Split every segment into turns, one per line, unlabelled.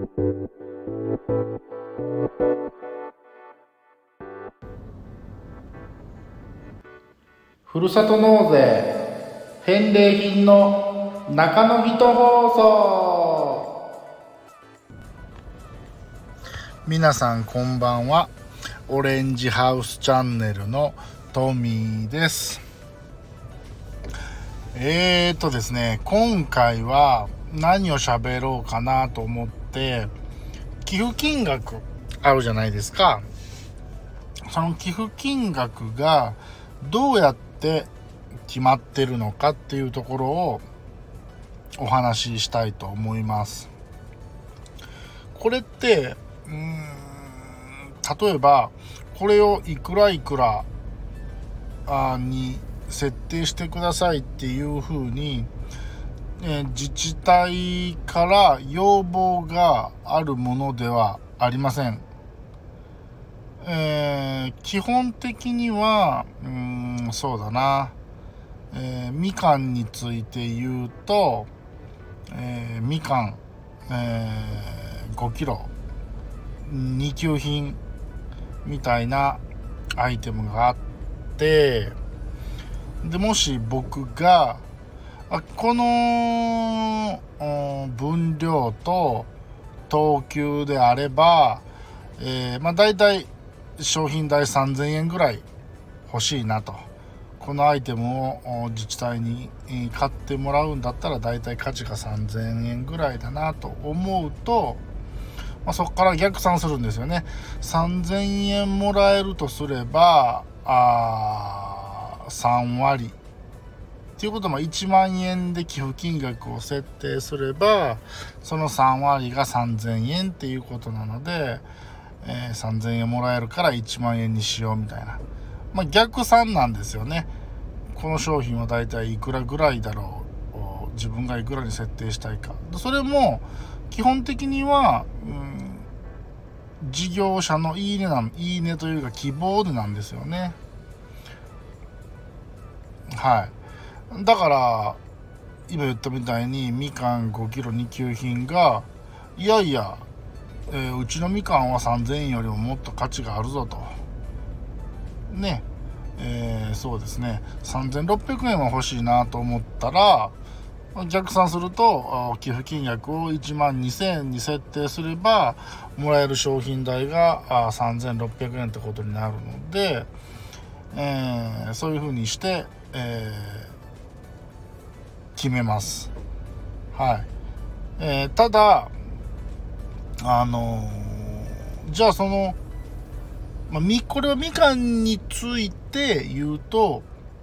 ふるさと納税返礼品の中の人放送。皆さんこんばんは。オレンジハウスチャンネルのトミーです。ですね、今回は何を喋ろうかなと思って、寄付金額あるじゃないですか。その寄付金額がどうやって決まってるのかっていうところをお話ししたいと思います。これって例えばこれをいくらいくらに設定してくださいっていうふうに、自治体から要望があるものではありません。基本的にはそうだな、みかんについて言うと、みかん、5キロ2級品みたいなアイテムがあって、でもし僕がこの分量と等級であれば、だいたい商品代3000円ぐらい欲しいなと。このアイテムを自治体に買ってもらうんだったらだいたい価値が3000円ぐらいだなと思うと、そこから逆算するんですよね。3000円もらえるとすれば3割っていうことも1万円で寄付金額を設定すればその3割が3000円っていうことなので、3000円もらえるから1万円にしようみたいな、逆算なんですよね。この商品はだいたいいくらぐらいだろう、自分がいくらに設定したいか。それも基本的には事業者のいいねというか希望でなんですよね。はい。だから今言ったみたいにみかん5キロ2級品がいやいや、うちのみかんは3000円よりももっと価値があるぞとね、そうですね、3600円は欲しいなと思ったら逆算すると寄付金額を1万2000円に設定すればもらえる商品代が3600円ってことになるので、そういう風にして、決めます。はい。ただじゃあその、これはみかんについて言うと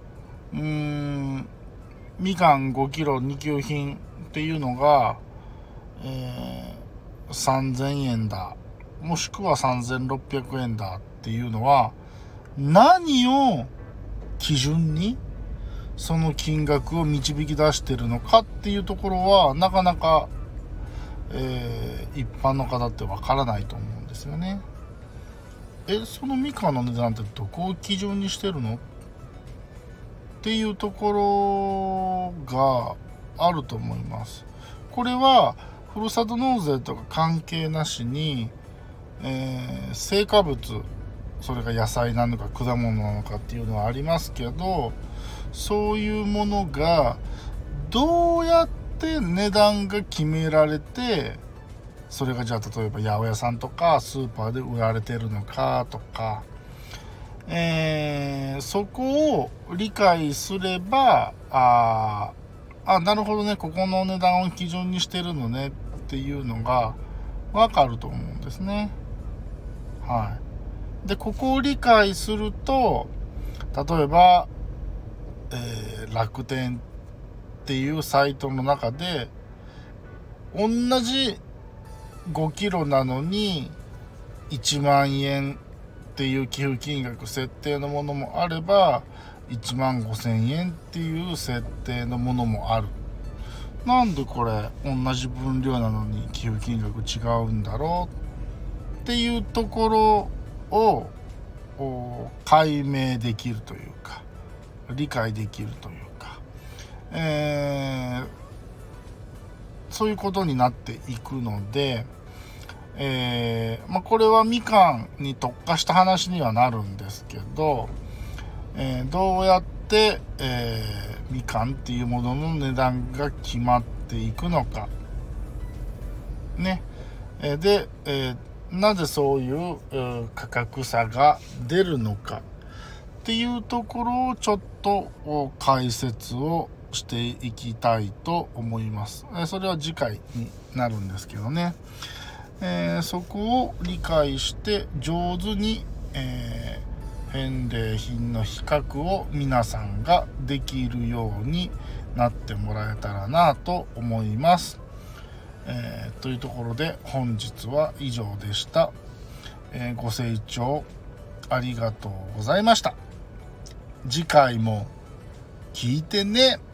みかん5キロ2級品っていうのが、3000円だもしくは3600円だっていうのは何を基準にその金額を導き出してるのかっていうところはなかなか、一般の方ってわからないと思うんですよね。そのみかんの値段ってどこを基準にしてるのっていうところがあると思います。これはふるさと納税とか関係なしに、成果物、それが野菜なのか果物なのかっていうのはありますけど、そういうものがどうやって値段が決められて、それがじゃあ例えば八百屋さんとかスーパーで売られてるのかとか、そこを理解すればなるほどね、ここの値段を基準にしてるのねっていうのが分かると思うんですね。はい。でここを理解すると例えば、楽天っていうサイトの中で同じ5キロなのに1万円っていう寄付金額設定のものもあれば1万5000円っていう設定のものもある。なんでこれ同じ分量なのに寄付金額違うんだろうっていうところを解明できるというか理解できるというか、そういうことになっていくので、 これはみかんに特化した話にはなるんですけど、どうやって、みかんっていうものの値段が決まっていくのかね。で、なぜそういう価格差が出るのかっていうところをちょっと解説をしていきたいと思います。それは次回になるんですけどね。そこを理解して上手に、返礼品の比較を皆さんができるようになってもらえたらなと思います。というところで本日は以上でした。ご清聴ありがとうございました。次回も聞いてね。